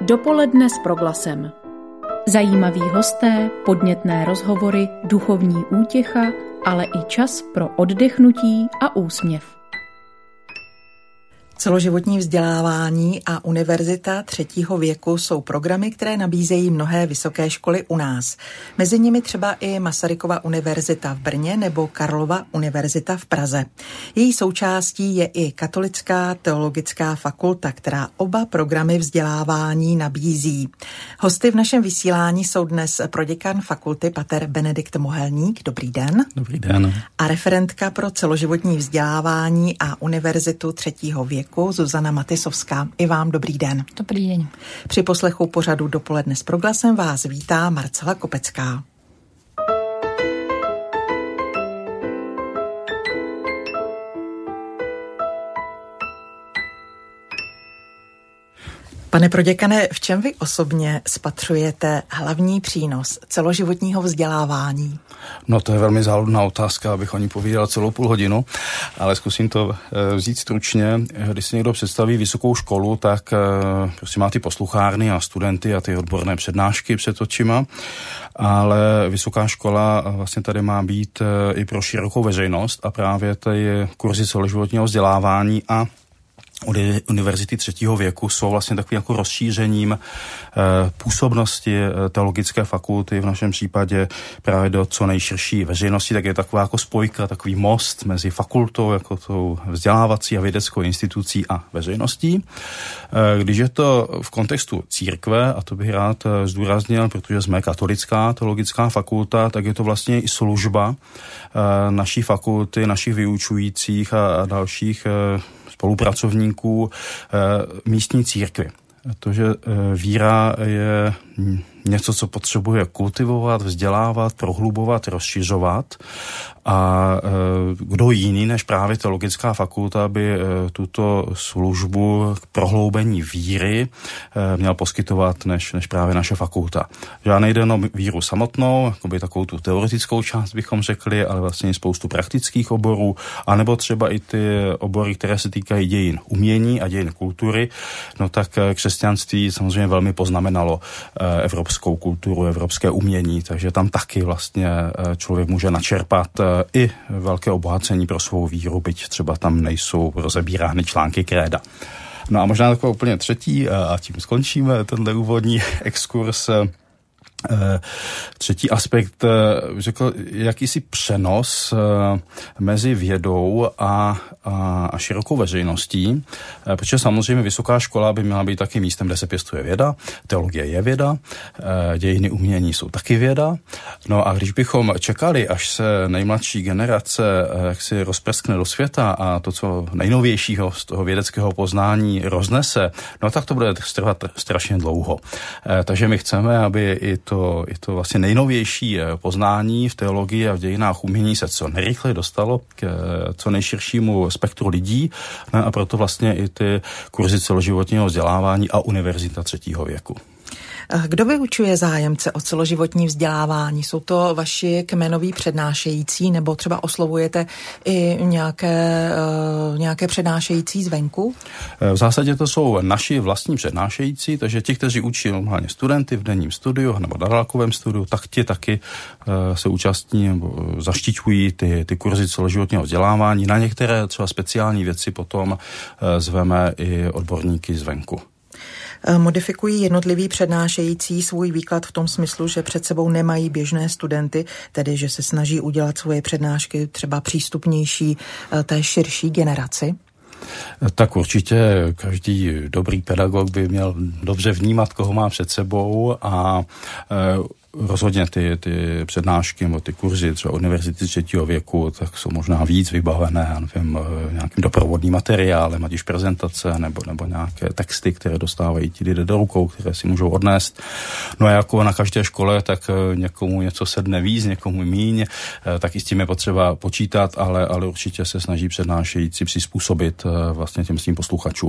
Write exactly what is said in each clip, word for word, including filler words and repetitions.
Dopoledne s Proglasem. Zajímaví hosté, podnětné rozhovory, duchovní útěcha, ale i čas pro oddechnutí a úsměv. Celoživotní vzdělávání a univerzita třetího věku jsou programy, které nabízejí mnohé vysoké školy u nás. Mezi nimi třeba i Masarykova univerzita v Brně nebo Karlova univerzita v Praze. Její součástí je i Katolická teologická fakulta, která oba programy vzdělávání nabízí. Hosty v našem vysílání jsou dnes proděkan fakulty pater Benedikt Mohelník. Dobrý den. Dobrý den. A referentka pro celoživotní vzdělávání a univerzitu třetího věku Zuzana Matysovská. I vám dobrý den. Dobrý den. Při poslechu pořadu Dopoledne s Proglasem vás vítá Marcela Kopecká. Pane proděkane, v čem vy osobně spatřujete hlavní přínos celoživotního vzdělávání? No to je velmi záludná otázka, abych o ní povídal celou půl hodinu, ale zkusím to vzít stručně. Když si někdo představí vysokou školu, tak prostě má ty posluchárny a studenty a ty odborné přednášky před očima, ale vysoká škola vlastně tady má být i pro širokou veřejnost a právě ty kurzy celoživotního vzdělávání a univerzity třetího věku jsou vlastně takovým jako rozšířením e, působnosti e, teologické fakulty, v našem případě právě do co nejširší veřejnosti, tak je taková jako spojka, takový most mezi fakultou, jako tou vzdělávací a vědeckou institucí a veřejností. E, když je to v kontextu církve, a to bych rád zdůraznil, protože jsme katolická teologická fakulta, tak je to vlastně i služba e, naší fakulty, našich vyučujících a, a dalších e, spolupracovníků e, místní církvy. Protože e, víra je něco, co potřebuje kultivovat, vzdělávat, prohlubovat, rozšiřovat. A e, kdo jiný než právě teologická fakulta by e, tuto službu k prohloubení víry e, měl poskytovat než, než právě naše fakulta. Že nejde jenom víru samotnou, jakoby takovou tu teoretickou část bychom řekli, ale vlastně spoustu praktických oborů, anebo třeba i ty obory, které se týkají dějin umění a dějin kultury. No tak křesťanství samozřejmě velmi poznamenalo e, evropskou kulturu, evropské umění, takže tam taky vlastně člověk může načerpat i velké obohacení pro svou víru, byť třeba tam nejsou rozebírány články kréda. No a možná taková úplně třetí, a tím skončíme tenhle úvodní exkurs. Třetí aspekt, řekl, jakýsi přenos mezi vědou a, a, a širokou veřejností, protože samozřejmě vysoká škola by měla být taky místem, kde se pěstuje věda, teologie je věda, dějiny umění jsou taky věda. No a když bychom čekali, až se nejmladší generace jaksi rozprskne do světa a to, co nejnovějšího z toho vědeckého poznání roznese, no tak to bude trvat strašně dlouho. Takže my chceme, aby i to, i to vlastně nejnovější poznání v teologii a v dějinách umění se co nejrychleji dostalo k co nejširšímu spektru lidí, a proto vlastně i ty kurzy celoživotního vzdělávání a univerzita třetího věku. Kdo vyučuje zájemce o celoživotní vzdělávání? Jsou to vaši kmenoví přednášející nebo třeba oslovujete i nějaké, uh, nějaké přednášející zvenku? V zásadě to jsou naši vlastní přednášející, takže ti, kteří učí normálně studenty v denním studiu nebo na dálkovém studiu, tak ti taky uh, se účastní nebo zaštiťují ty, ty kurzy celoživotního vzdělávání. Na některé třeba speciální věci potom uh, zveme i odborníky zvenku. Modifikují jednotliví přednášející svůj výklad v tom smyslu, že před sebou nemají běžné studenty, tedy že se snaží udělat svoje přednášky třeba přístupnější té širší generaci? Tak určitě každý dobrý pedagog by měl dobře vnímat, koho má před sebou a rozhodně ty, ty přednášky nebo ty kurzy třeba univerzity třetího věku, tak jsou možná víc vybavené, já nevím, nějakým doprovodným materiálem, ať už prezentace nebo, nebo nějaké texty, které dostávají ti lidé do rukou, které si můžou odnést. No a jako na každé škole, tak někomu něco sedne víc, někomu míň, tak i s tím je potřeba počítat, ale, ale určitě se snaží přednášející přizpůsobit vlastně těm svým posluchačům.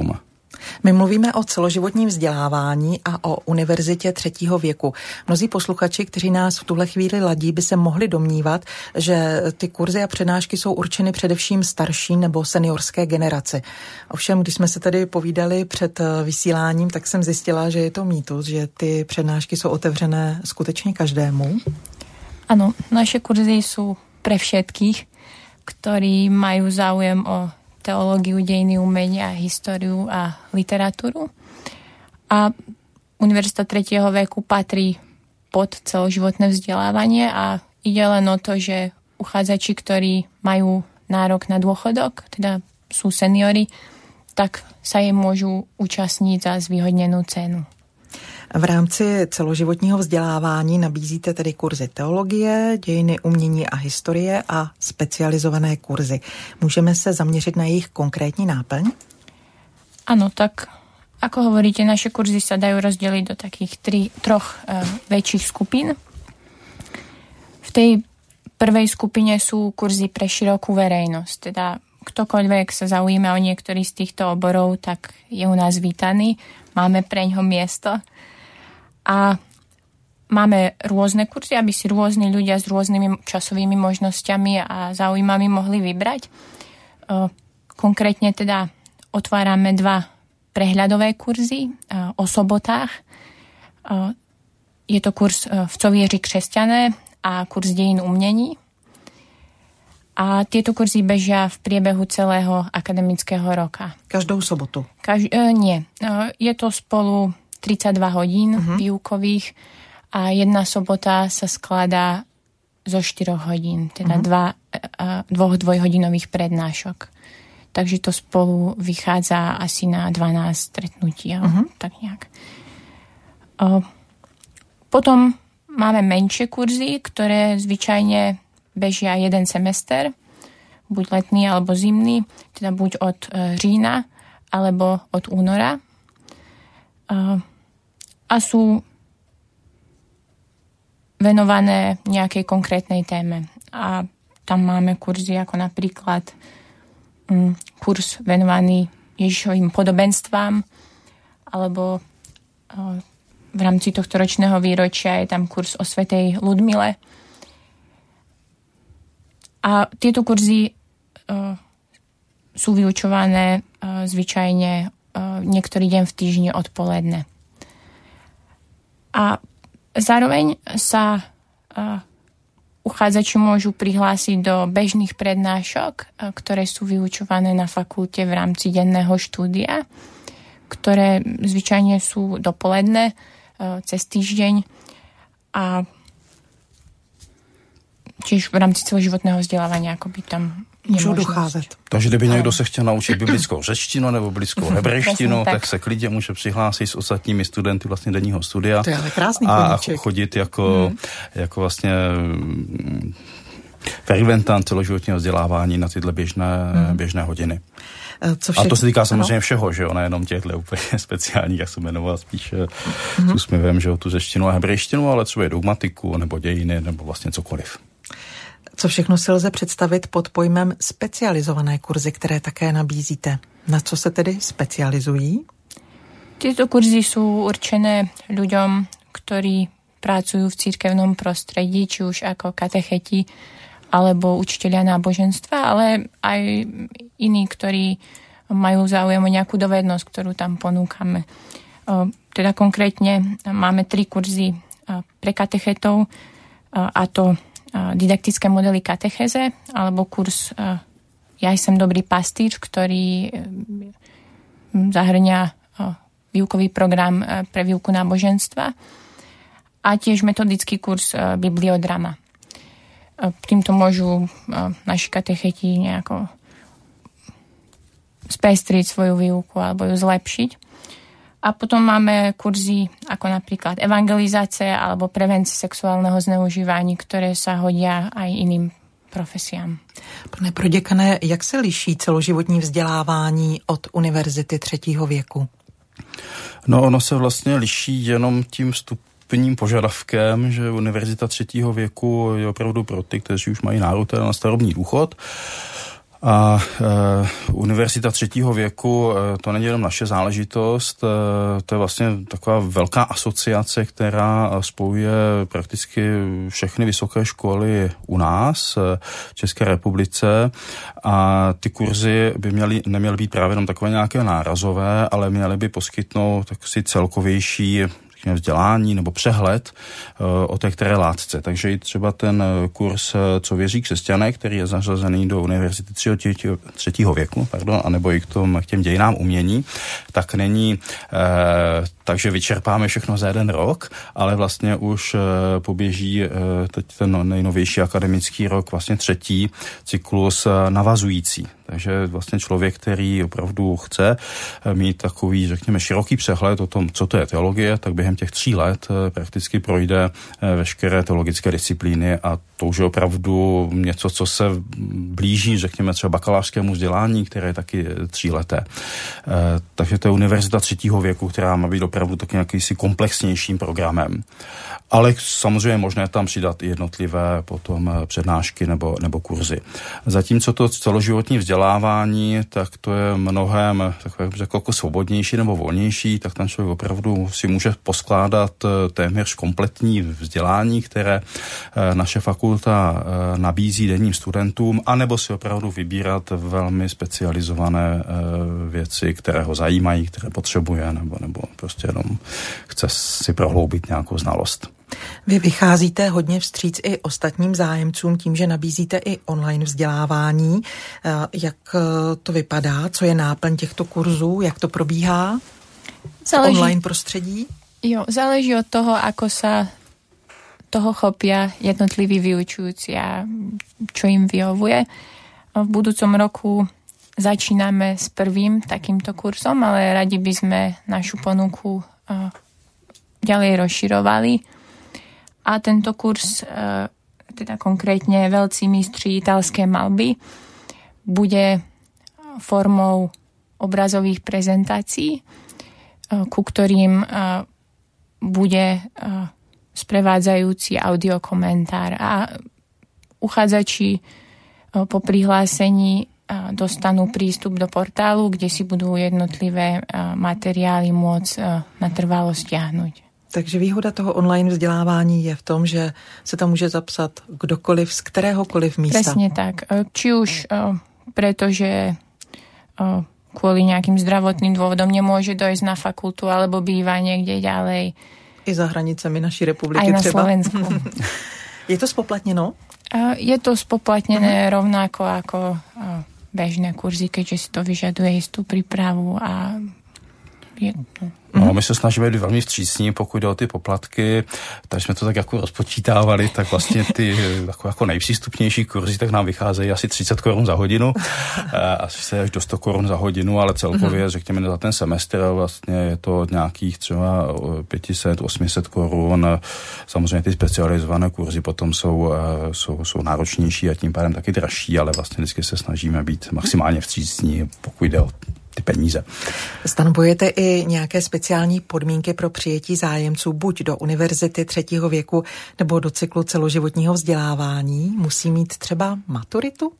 My mluvíme o celoživotním vzdělávání a o univerzitě třetího věku. Mnozí posluchači, kteří nás v tuhle chvíli ladí, by se mohli domnívat, že ty kurzy a přednášky jsou určeny především starší nebo seniorské generaci. Ovšem, když jsme se tady povídali před vysíláním, tak jsem zjistila, že je to mýtus, že ty přednášky jsou otevřené skutečně každému. Ano, naše kurzy jsou pre všetkých, ktorí majú záujem o teológiu, dejiny umenia, históriu a literatúru. A Univerzita tretieho veku patrí pod celoživotné vzdelávanie a ide len o to, že uchádzači, ktorí majú nárok na dôchodok, teda sú seniori, tak sa im môžu účastniť za zvýhodnenú cenu. V rámci celoživotního vzdělávání nabízíte tedy kurzy teologie, dějiny umění a historie a specializované kurzy. Můžeme se zaměřit na jejich konkrétní náplň? Áno, tak ako hovoríte, naše kurzy sa dajú rozdeliť do takých tri, troch uh, väčších skupín. V tej prvej skupine sú kurzy pre širokú verejnosť, teda ktokoľvek sa zaujíma o niektorý z týchto oborov, tak je u nás vítaný. Máme pre ňoho miesto. A máme rôzne kurzy, aby si rôzni ľudia s rôznymi časovými možnosťami a záujmami mohli vybrať. Konkrétne teda otvárame dva prehľadové kurzy o sobotách. Je to kurz V co věří křesťané a kurz dejín umení. A tieto kurzy bežia v priebehu celého akademického roka. Každou sobotu? Kaž, e, nie. E, je to spolu tridsaťdva hodín uh-huh. výukových a jedna sobota sa skladá zo štyroch hodín, teda uh-huh. dva, e, dvoch dvojhodinových prednášok. Takže to spolu vychádza asi na dvanásť stretnutí, uh-huh. tak nejak. E, potom máme menšie kurzy, ktoré zvyčajne bežia jeden semester, buď letný alebo zimný, teda buď od e, října alebo od února. E, a sú venované nejakej konkrétnej téme. A tam máme kurzy ako napríklad mm, kurz venovaný Ježišovým podobenstvám, alebo e, v rámci tohto ročného výročia je tam kurz o svätej Ludmile. A tieto kurzy uh, sú vyučované uh, zvyčajne uh, niektorý deň v týždni odpoledne. A zároveň sa uh, uchádzači môžu prihlásiť do bežných prednášok, uh, ktoré sú vyučované na fakulte v rámci denného štúdia, ktoré zvyčajne sú dopoledne uh, cez týždeň a tiež v rámci celoživotného vzdělávání akoby tam můžou docházet. Takže kdyby někdo se chtěl naučit biblickou řečtinu nebo biblickou hebrejštinu, tak. tak se klidně může přihlásit s ostatními studenty vlastně denního studia. To je ale krásný a koníček. chodit jako, hmm. jako vlastně frekventant celoživotního vzdělávání na tyhle běžné, hmm. běžné hodiny. Co a to se týká samozřejmě ano. všeho, že jo, nejenom těchto úplně speciálních, jak se jmenoval spíš mm-hmm. s úsměvem, že jo, tu řečtinu a hebrejštinu, ale třeba dogmatiku nebo dějiny nebo vlastně cokoliv. Co všechno si lze představit pod pojmem specializované kurzy, které také nabízíte? Na co se tedy specializují? Tieto kurzy sú určené ľuďom, ktorí pracujú v cirkevnom prostredí, či už ako katecheti alebo učitelia náboženstva, ale aj iní, ktorí majú záujem o nejakú dovednosť, ktorú tam ponúkame. Teda konkrétne máme tri kurzy pre katechetov, a to didaktické modely katecheze, alebo kurz Ja som dobrý pastýř, ktorý zahrňa výukový program pre výuku náboženstva a tiež metodický kurz bibliodrama. Týmto môžu naši katecheti nejako spestriť svoju výuku alebo ju zlepšiť. A potom máme kurzy ako napríklad evangelizácie alebo prevencie sexuálneho zneužívání, ktoré sa hodia aj iným profesiám. Pane proděkané, jak se liší celoživotní vzdělávání od univerzity třetího věku? No ono se vlastně liší jenom tím vstupním požadavkem, že univerzita třetího věku je opravdu pro ty, kteří už mají nárok na starobní důchod. A e, univerzita třetího věku, e, to není jenom naše záležitost, e, to je vlastně taková velká asociace, která spojuje prakticky všechny vysoké školy u nás e, v České republice a ty kurzy by měly, neměly být právě jenom takové nějaké nárazové, ale měly by poskytnout takový celkovější vzdělání nebo přehled o té které látce. Takže i třeba ten kurz Co věří křesťané, který je zařazený do univerzity třetího věku, pardon, anebo i k, tom, k těm dějinám umění, tak není eh, takže vyčerpáme všechno za jeden rok, ale vlastně už eh, poběží eh, teď ten nejnovější akademický rok, vlastně třetí cyklus eh, navazující. Takže vlastně člověk, který opravdu chce mít takový, řekněme, široký přehled o tom, co to je teologie, tak během těch tří let prakticky projde veškeré teologické disciplíny a to už je opravdu něco, co se blíží, řekněme, třeba bakalářskému vzdělání, které je taky tříleté. Takže to je univerzita třetího věku, která má být opravdu taky nějakým komplexnějším programem. Ale samozřejmě je možné tam přidat i jednotlivé potom přednášky nebo, nebo kurzy. Zatímco to celoživotní vzdělávání, tak to je mnohem takové, jako svobodnější nebo volnější, tak ten člověk opravdu si může poskládat téměř kompletní vzdělání, které naše fakulta nabízí denním studentům, anebo si opravdu vybírat velmi specializované věci, které ho zajímají, které potřebuje, nebo, nebo prostě jenom chce si prohloubit nějakou znalost. Vy vycházíte hodně vstříc i ostatním zájemcům tím, že nabízíte i online vzdělávání. Jak to vypadá? Co je náplň těchto kurzů? Jak to probíhá v záleží, online prostředí? Jo, záleží od toho, ako sa toho chopia jednotliví vyučujúci a čo im vyhovuje. V budúcom roku začíname s prvým takýmto kurzom, ale radi by sme našu ponuku ďalej rozširovali. A tento kurz, teda konkrétne Veľcí mistri italské malby, bude formou obrazových prezentácií, ku ktorým bude sprevádzajúci audiokomentár. A uchádzači po prihlásení dostanú prístup do portálu, kde si budú jednotlivé materiály môcť natrvalo stiahnuť. Takže výhoda toho online vzdělávání je v tom, že se tam může zapsat kdokoliv z kteréhokoliv místa. Presne tak. Či už pretože kvôli nejakým zdravotným dôvodom nemôže dojsť na fakultu alebo býva niekde ďalej. I za hranicemi naší republiky aj na třeba. Slovensku. Je to spoplatněno? Je to spoplatnené uh-huh. rovnako ako bežné kurzy, keďže si to vyžaduje istú prípravu a je to... No, my se snažíme být velmi vstřícní, pokud jde o ty poplatky, takže jsme to tak jako rozpočítávali, tak vlastně ty jako, jako nejpřístupnější kurzy, tak nám vycházejí asi třicet korun za hodinu, asi se až do sto korun za hodinu, ale celkově, mm-hmm. řekněme, za ten semestr vlastně je to nějakých třeba pět set, osm set korun. Samozřejmě ty specializované kurzy potom jsou, jsou, jsou náročnější a tím pádem taky dražší, ale vlastně vždycky se snažíme být maximálně vstřícní, pokud jde o ty peníze. Stanovujete i nějaké speciální podmínky pro přijetí zájemců buď do univerzity třetího věku nebo do cyklu celoživotního vzdělávání? Musí mít třeba maturitu?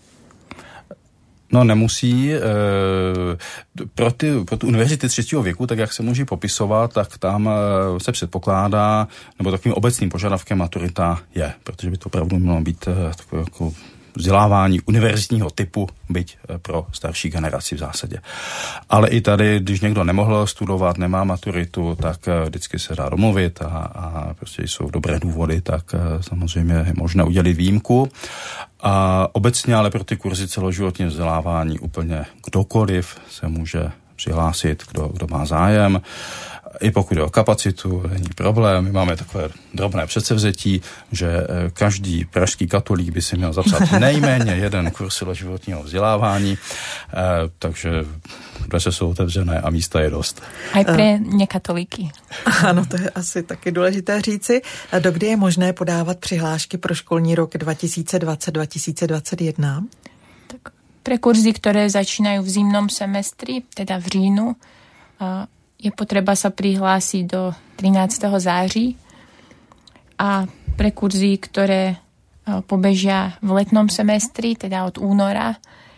No nemusí. E, pro, ty, pro ty univerzity třetího věku, tak jak se může popisovat, tak tam se předpokládá, nebo takovým obecným požadavkem maturita je, protože by to opravdu mělo být takové jako vzdělávání univerzitního typu, byť pro starší generaci v zásadě. Ale i tady, když někdo nemohl studovat, nemá maturitu, tak vždycky se dá domluvit a, a prostě jsou dobré důvody, tak samozřejmě je možné udělit výjimku. A obecně ale pro ty kurzy celoživotního vzdělávání úplně kdokoliv se může přihlásit, kdo, kdo má zájem. I pokud jde o kapacitu, není problém. My máme takové drobné předsevzetí, že každý pražský katolík by si měl zapsat nejméně jeden kurz celoživotního vzdělávání, takže dveře jsou otevřené a místa je dost. Aj pre nekatolíky. Ano, to je asi taky důležité říci. Dokdy je možné podávat přihlášky pro školní rok dva tisíce dvacet dva tisíce dvacet jedna? Tak pre kurzy, ktoré začínajú v zimnom semestri, teda v říjnu, je potreba sa prihlásiť do trinásteho září a pre kurzy, ktoré pobežia v letnom semestri, teda od února,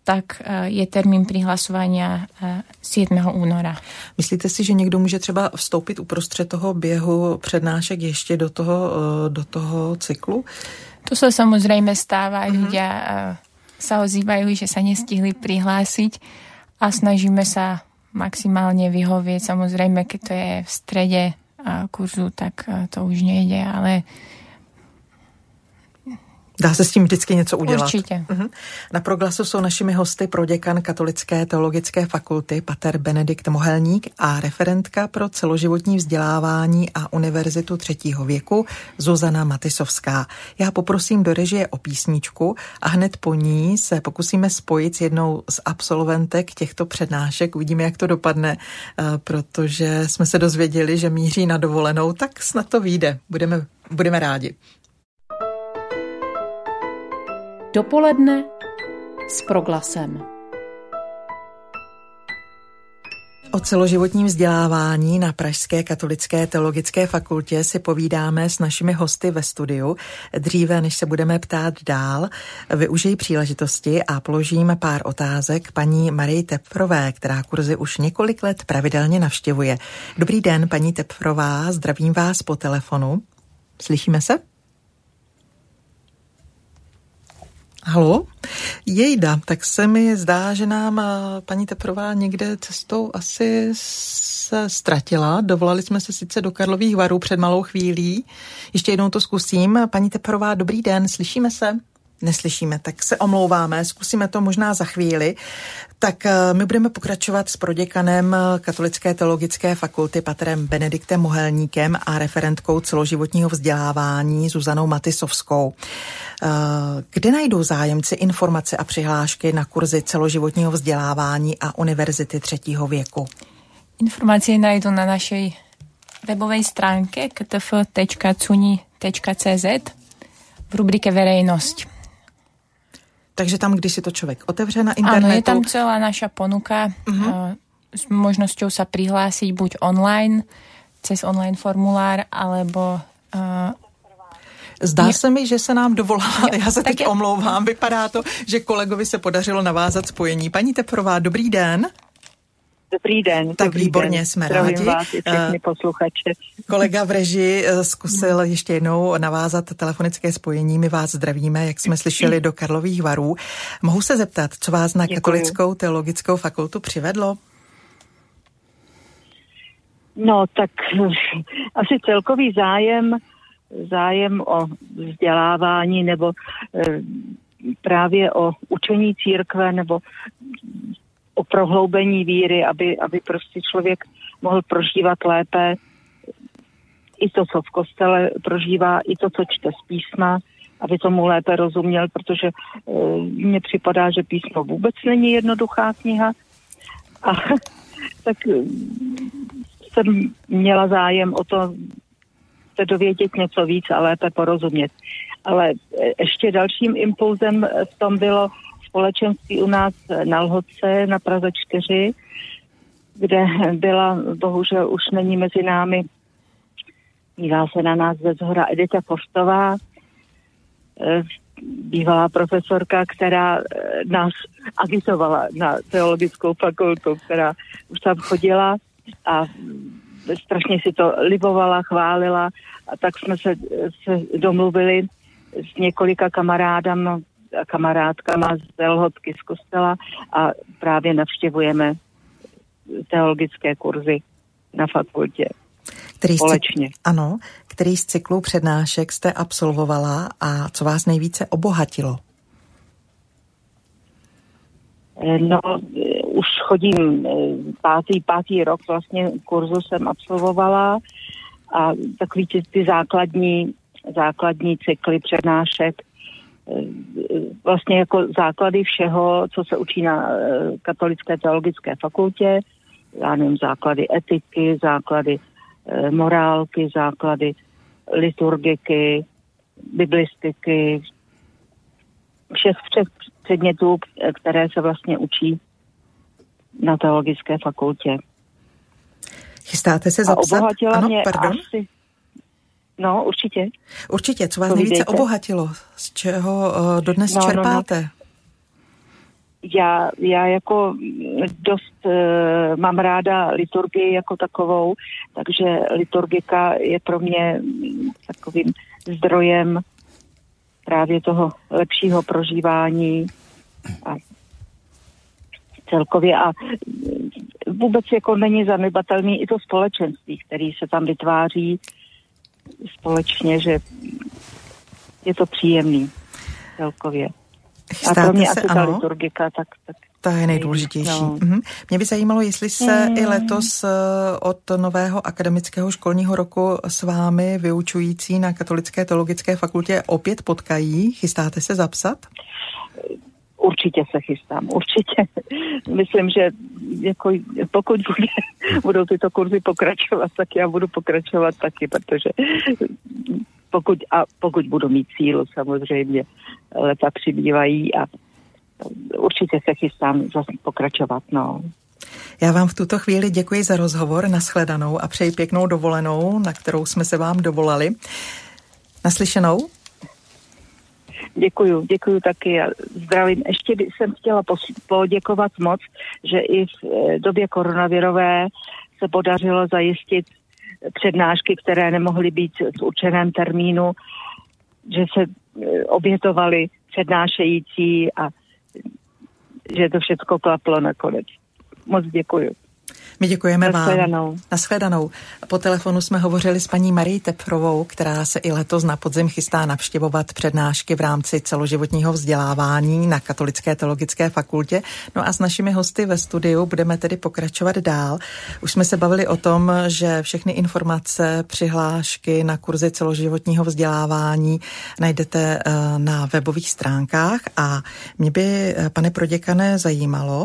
tak je termín prihlasovania siedmeho února. Myslíte si, že někdo může třeba vstoupit uprostřed toho běhu přednášek ještě do toho, do toho cyklu? To sa samozrejme stáva. Mm-hmm. Ľudia sa ozývajú, že sa nestihli prihlásiť a snažíme sa maximálne vyhovieť. Samozrejme, keď to je v strede kurzu, tak to už nejde, ale dá se s tím vždycky něco udělat. Určitě. Uh-huh. Na Proglasu jsou našimi hosty proděkan Katolické teologické fakulty pater Benedikt Mohelník a referentka pro celoživotní vzdělávání a univerzitu třetího věku Zuzana Matysovská. Já poprosím do režie o písničku a hned po ní se pokusíme spojit s jednou z absolventek těchto přednášek. Uvidíme, jak to dopadne, protože jsme se dozvěděli, že míří na dovolenou, tak snad to vyjde. Budeme, budeme rádi. Dopoledne s Proglasem. O celoživotním vzdělávání na Pražské katolické teologické fakultě si povídáme s našimi hosty ve studiu. Dříve, než se budeme ptát dál, využiji příležitosti a položím pár otázek paní Marii Tepfrové, která kurzy už několik let pravidelně navštěvuje. Dobrý den, paní Tepfrová, zdravím vás po telefonu. Slyšíme se? Halo? Jejda, tak se mi zdá, že nám paní Tepfrová někde cestou asi se ztratila. Dovolali jsme se sice do Karlových Varů před malou chvílí. Ještě jednou to zkusím. Paní Tepfrová, dobrý den, slyšíme se? Neslyšíme, tak se omlouváme, zkusíme to možná za chvíli. Tak my budeme pokračovat s proděkanem Katolické teologické fakulty patrem Benediktem Mohelníkem a referentkou celoživotního vzdělávání Zuzanou Matysovskou. Kde najdou zájemci informace a přihlášky na kurzy celoživotního vzdělávání a univerzity třetího věku? Informácie najdú na našej webovej stránke k t f tečka c u n i tečka c z v rubrike Verejnosť. Takže tam, když si to človek otevře na internetu... Áno, je tam celá naša ponuka uh-huh. uh, s možnosťou sa prihlásiť buď online, cez online formulár, alebo... Uh, Zdá je... se mi, že se nám dovolala, jo, já se teď je... omlouvám, vypadá to, že kolegovi se podařilo navázat spojení. Paní Tepfrová, dobrý den. Dobrý den. Tak dobrý výborně, den. jsme Zdravím rádi. vás i všechny posluchače. Kolega v režii zkusil ještě jednou navázat telefonické spojení. My vás zdravíme, jak jsme slyšeli, do Karlových Varů. Mohu se zeptat, co vás na Děkuju. Katolickou teologickou fakultu přivedlo? No, tak asi celkový zájem, zájem o vzdělávání nebo e, právě o učení církve nebo o prohloubení víry, aby, aby prostě člověk mohl prožívat lépe i to, co v kostele prožívá, i to, co čte z písma, aby tomu lépe rozuměl, protože e, mně připadá, že písmo vůbec není jednoduchá kniha. A tak jsem měla zájem o to se dovědět něco víc a lépe porozumět. Ale ještě dalším impulzem v tom bylo společenství u nás na Lhotce na Praze čtyři, kde byla, bohužel už není mezi námi, dívá se na nás ze zhora Edita Forstová, bývalá profesorka, která nás agitovala na teologickou fakultu, která už tam chodila a strašně si to libovala, chválila, a tak jsme se, se domluvili s několika kamarádama a kamarádkama z Lhotky z kostela a právě navštěvujeme teologické kurzy na fakultě. Který společně. Cykl, ano, který z cyklu přednášek jste absolvovala a co vás nejvíce obohatilo? No, už chodím pátý, pátý rok, vlastně kurzu jsem absolvovala a takový ty, ty základní, základní cykly přednášek, vlastně jako základy všeho, co se učí na Katolické teologické fakultě, já nevím, základy etiky, základy morálky, základy liturgiky, biblistiky, všech, všech předmětů, které se vlastně učí na teologické fakultě. Chystáte se zapsat? A obohatila ano, mě pardon? asi... No, určitě. Určitě, co vás nejvíce obohatilo? Z čeho uh, dodnes no, čerpáte? No, já, já jako dost uh, mám ráda liturgii jako takovou, takže liturgika je pro mě takovým zdrojem právě toho lepšího prožívání a celkově a vůbec jako není zanedbatelný i to společenství, který se tam vytváří společně, že je to příjemný celkově. Chystáte a pro mě se, asi ano. ta liturgika, tak... tak ta je nejdůležitější. No. Mhm. Mě by zajímalo, jestli se mm. i letos od nového akademického školního roku s vámi vyučující na Katolické teologické fakultě opět potkají. Chystáte se zapsat? Určitě se chystám, určitě. Myslím, že jako, pokud bude, budou tyto kurzy pokračovat, tak já budu pokračovat taky, protože pokud, a pokud budu mít sílu, samozřejmě leta přibývají a určitě se chystám zase pokračovat, no. Já vám v tuto chvíli děkuji za rozhovor, nashledanou a přeji pěknou dovolenou, na kterou jsme se vám dovolali. Naslyšenou. Děkuju, děkuju taky a zdravím. Ještě jsem chtěla poděkovat moc, že i v době koronavirové se podařilo zajistit přednášky, které nemohly být v určeném termínu, že se obětovali přednášející a že to všechno klaplo nakonec. Moc děkuju. My děkujeme Nashledanou. vám. Nashledanou. Po telefonu jsme hovořili s paní Marií Teprovou, která se i letos na podzim chystá navštěvovat přednášky v rámci celoživotního vzdělávání na Katolické teologické fakultě. No a s našimi hosty ve studiu budeme tedy pokračovat dál. Už jsme se bavili o tom, že všechny informace, přihlášky na kurzy celoživotního vzdělávání najdete na webových stránkách a mě by, pane proděkane, zajímalo,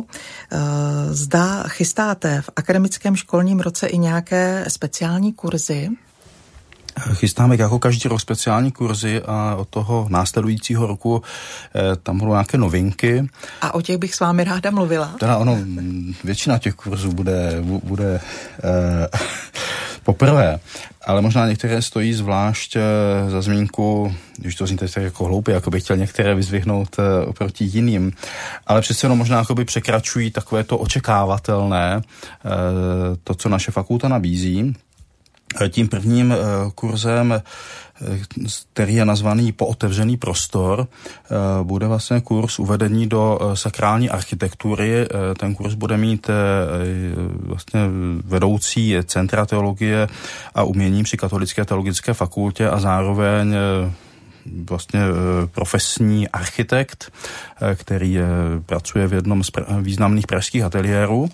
zda chystáte v akademickém školním roce i nějaké speciální kurzy? Chystáme jako každý rok speciální kurzy a od toho následujícího roku eh, tam budou nějaké novinky. A o těch bych s vámi ráda mluvila. Teda ono, většina těch kurzů bude, bude eh, poprvé, ale možná některé stojí zvlášť eh, za zmínku, když to zníte tak jako hloupě, jako bych chtěl některé vyzvihnout eh, oproti jiným, ale přece jenom možná jakoby překračují takové to očekávatelné, eh, to, co naše fakulta nabízí. Tím prvním kurzem, který je nazvaný Pootevřený prostor, bude vlastně kurz uvedení do sakrální architektury. Ten kurz bude mít vlastně vedoucí Centra teologie a umění při Katolické teologické fakultě a zároveň vlastně profesní architekt, který pracuje v jednom z významných pražských ateliérů.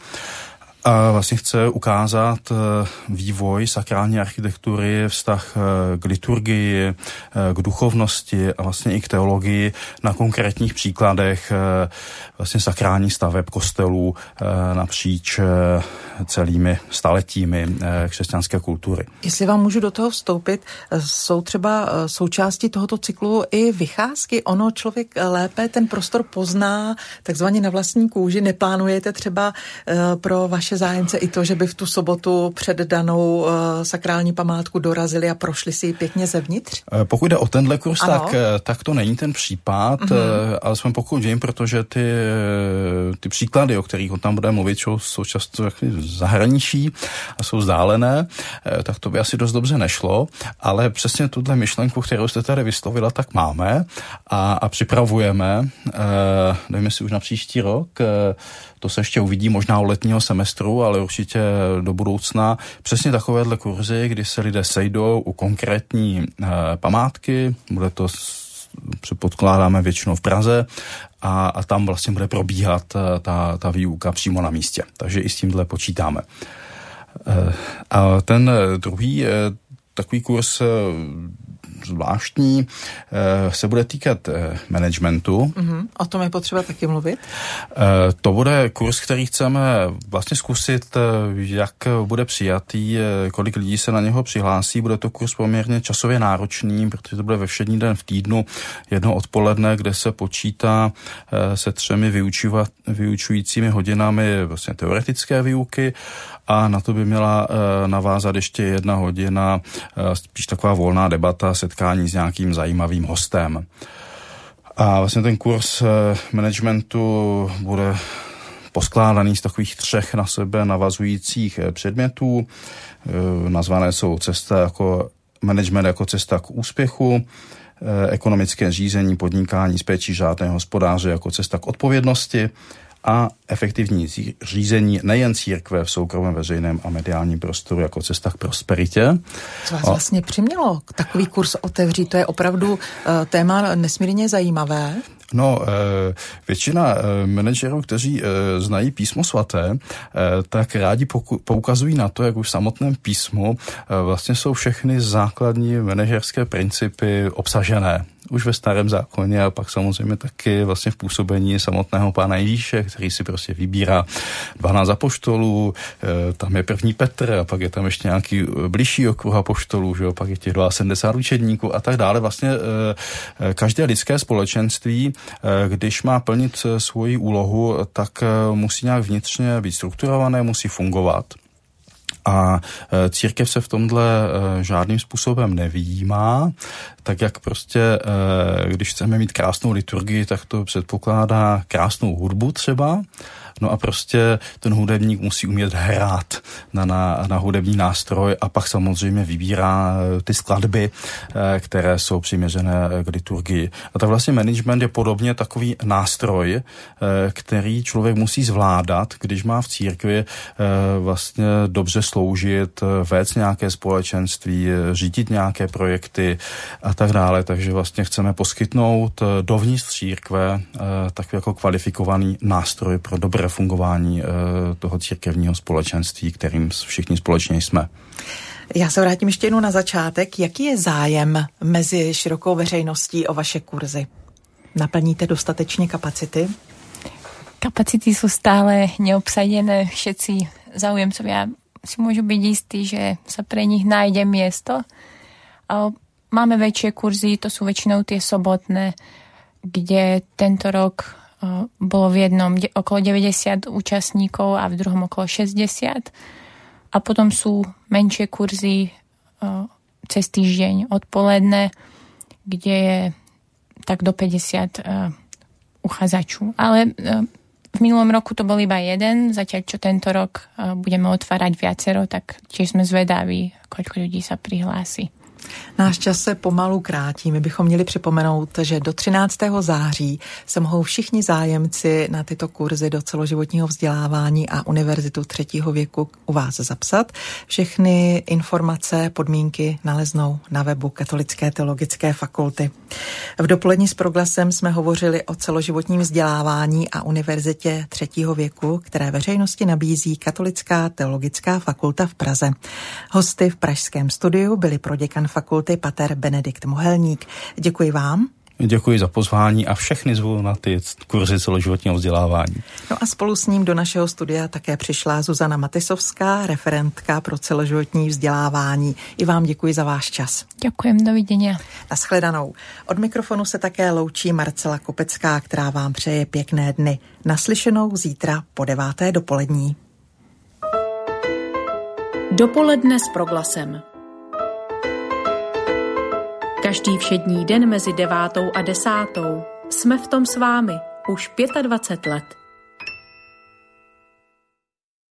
A vlastně chce ukázat vývoj sakrální architektury, vztah k liturgii, k duchovnosti a vlastně i k teologii na konkrétních příkladech vlastně sakrálních staveb kostelů napříč celými staletími křesťanské kultury. Jestli vám můžu do toho vstoupit, jsou třeba součástí tohoto cyklu i vycházky. Ono člověk lépe ten prostor pozná takzvaně na vlastní kůži. Neplánujete třeba pro vaše zájemce i to, že by v tu sobotu před danou uh, sakrální památku dorazili a prošli si ji pěkně zevnitř? Pokud jde o tenhle kurz, tak, tak to není ten případ, mm-hmm. ale jsme pokud vím, protože ty, ty příklady, o kterých on tam bude mluvit, jsou často zahraničí a jsou vzdálené, tak to by asi dost dobře nešlo, ale přesně tuhle myšlenku, kterou jste tady vyslovila, tak máme a, a připravujeme, nevím, jestli už na příští rok, to se ještě uvidí možná u letního semestru, ale určitě do budoucna. Přesně takovéhle kurzy, kdy se lidé sejdou u konkrétní e, památky, bude to, předpokládáme většinou v Praze, a, a tam vlastně bude probíhat ta, ta výuka přímo na místě. Takže i s tímhle počítáme. E, a ten druhý e, takový kurz zvláštní se bude týkat managementu. Mm-hmm. O tom je potřeba taky mluvit. To bude kurz, který chceme vlastně zkusit, jak bude přijatý, kolik lidí se na něho přihlásí. Bude to kurz poměrně časově náročný, protože to bude ve všední den v týdnu, jedno odpoledne, kde se počítá se třemi vyučívat, vyučujícími hodinami vlastně teoretické výuky a na to by měla navázat ještě jedna hodina, spíš taková volná debata, setkání s nějakým zajímavým hostem. A vlastně ten kurz managementu bude poskládaný z takových třech na sebe navazujících předmětů. Nazvané jsou cesta jako management jako cesta k úspěchu, ekonomické řízení, podnikání s péčí řádného hospodáře jako cesta k odpovědnosti a efektivní řízení nejen církve v soukromém, veřejném a mediálním prostoru jako cesta k prosperitě. Co vás vlastně přimělo takový kurz otevřít? To je opravdu uh, téma nesmírně zajímavé. No, většina manažerů, kteří znají písmo svaté, tak rádi poukazují na to, jak už v samotném písmu vlastně jsou všechny základní manažerské principy obsažené. Už ve Starém zákoně a pak samozřejmě taky vlastně v působení samotného Pána Ježíše, který si prostě vybírá dvanáct apoštolů, tam je první Petr a pak je tam ještě nějaký bližší okruh apoštolů, že jo, pak je těch sedmdesát dva učedníků a tak dále. Vlastně každé lidské společenství, když má plnit svoji úlohu, tak musí nějak vnitřně být strukturované, musí fungovat. A církev se v tomhle žádným způsobem nevyjímá, tak jak prostě, když chceme mít krásnou liturgii, tak to předpokládá krásnou hudbu třeba. No a prostě ten hudebník musí umět hrát na, na, na hudební nástroj a pak samozřejmě vybírá ty skladby, které jsou přiměřené k liturgii. A tak vlastně management je podobně takový nástroj, který člověk musí zvládat, když má v církvi vlastně dobře sloužit, vést nějaké společenství, řídit nějaké projekty a tak dále. Takže vlastně chceme poskytnout dovnitř církve takový jako kvalifikovaný nástroj pro dobré fungování toho církevního společenství, kterým všichni společně jsme. Já se vrátím ještě jednou na začátek. Jaký je zájem mezi širokou veřejností o vaše kurzy? Naplníte dostatečně kapacity? Kapacity sú stále neobsadené. Všetci záujemcovia si môžu byť istí, že sa pre nich nájde miesto. Máme väčšie kurzy, to sú väčšinou tie sobotné, kde tento rok bolo v jednom okolo deväťdesiat účastníkov a v druhom okolo šesťdesiat. A potom sú menšie kurzy cez týždeň odpoledne, kde je tak do päťdesiat uchádzačov. Ale v minulom roku to bol iba jeden, zatiaľ čo tento rok budeme otvárať viacero, tak tiež sme zvedaví, koľko ľudí sa prihlási. Náš čas se pomalu krátí. My bychom měli připomenout, že do třináctého září se mohou všichni zájemci na tyto kurzy do celoživotního vzdělávání a univerzitu třetího věku u vás zapsat. Všechny informace, podmínky naleznou na webu Katolické teologické fakulty. V dopolední s Proglasem jsme hovořili o celoživotním vzdělávání a univerzitě třetího věku, které veřejnosti nabízí Katolická teologická fakulta v Praze. Hosty v pražském studiu byli proděkan fakulty pater Benedikt Mohelník. Děkuji vám. Děkuji za pozvání a všechny zvu na ty kurzy celoživotního vzdělávání. No a spolu s ním do našeho studia také přišla Zuzana Matysovská, referentka pro celoživotní vzdělávání. I vám děkuji za váš čas. Děkujem, doviděnia. Nashledanou. Od mikrofonu se také loučí Marcela Kopecká, která vám přeje pěkné dny. Naslyšenou zítra po deváté dopolední. Dopoledne s Proglasem. Každý všední den mezi devátou a desátou jsme v tom s vámi už dvacet pět let.